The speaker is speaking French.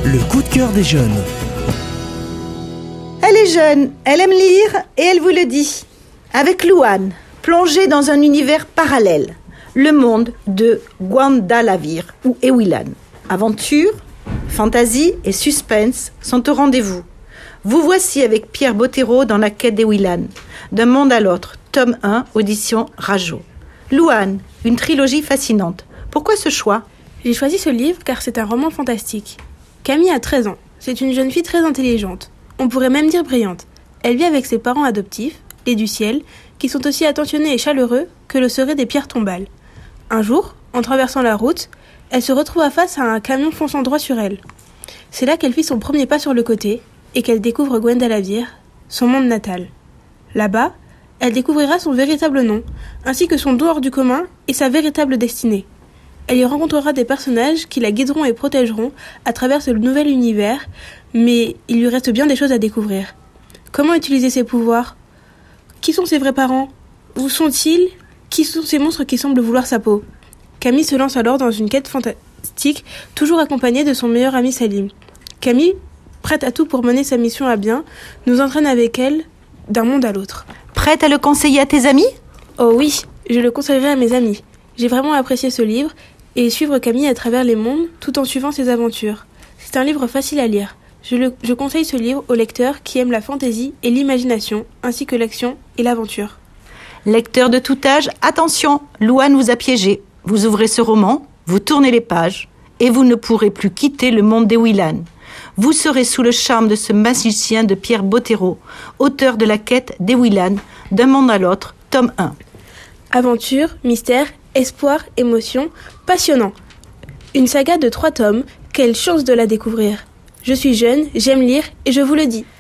Le coup de cœur des jeunes. Elle est jeune, elle aime lire et elle vous le dit. Avec Louane, plongée dans un univers parallèle, le monde de Gwandalavir ou Ewilan. Aventure, fantaisie et suspense sont au rendez-vous. Vous voici avec Pierre Bottero dans la quête d'Ewilan, d'un monde à l'autre, tome 1, audition Rajo. Louane, une trilogie fascinante. Pourquoi ce choix ? J'ai choisi ce livre car c'est un roman fantastique. Camille a 13 ans. C'est une jeune fille très intelligente. On pourrait même dire brillante. Elle vit avec ses parents adoptifs, les du ciel, qui sont aussi attentionnés et chaleureux que le seraient des pierres tombales. Un jour, en traversant la route, elle se retrouva face à un camion fonçant droit sur elle. C'est là qu'elle fit son premier pas sur le côté et qu'elle découvre Gwandalavir, son monde natal. Là-bas, elle découvrira son véritable nom, ainsi que son don hors du commun et sa véritable destinée. Elle y rencontrera des personnages qui la guideront et protégeront à travers ce nouvel univers, mais il lui reste bien des choses à découvrir. Comment utiliser ses pouvoirs ? Qui sont ses vrais parents ? Où sont-ils ? Qui sont ces monstres qui semblent vouloir sa peau ? Camille se lance alors dans une quête fantastique, toujours accompagnée de son meilleur ami Salim. Camille, prête à tout pour mener sa mission à bien, nous entraîne avec elle d'un monde à l'autre. Prête à le conseiller à tes amis ? Oh oui, je le conseillerais à mes amis. J'ai vraiment apprécié ce livre et suivre Camille à travers les mondes tout en suivant ses aventures. C'est un livre facile à lire. Je conseille ce livre aux lecteurs qui aiment la fantaisie et l'imagination, ainsi que l'action et l'aventure. Lecteurs de tout âge, attention, Louane vous a piégé. Vous ouvrez ce roman, vous tournez les pages, et vous ne pourrez plus quitter le monde d'Ewilan. Vous serez sous le charme de ce magicien de Pierre Bottero, auteur de la quête d'Ewilan, d'un monde à l'autre, tome 1. Aventure, mystère, espoir, émotion, passionnant. Une saga de 3 tomes, quelle chance de la découvrir. Je suis jeune, j'aime lire et je vous le dis.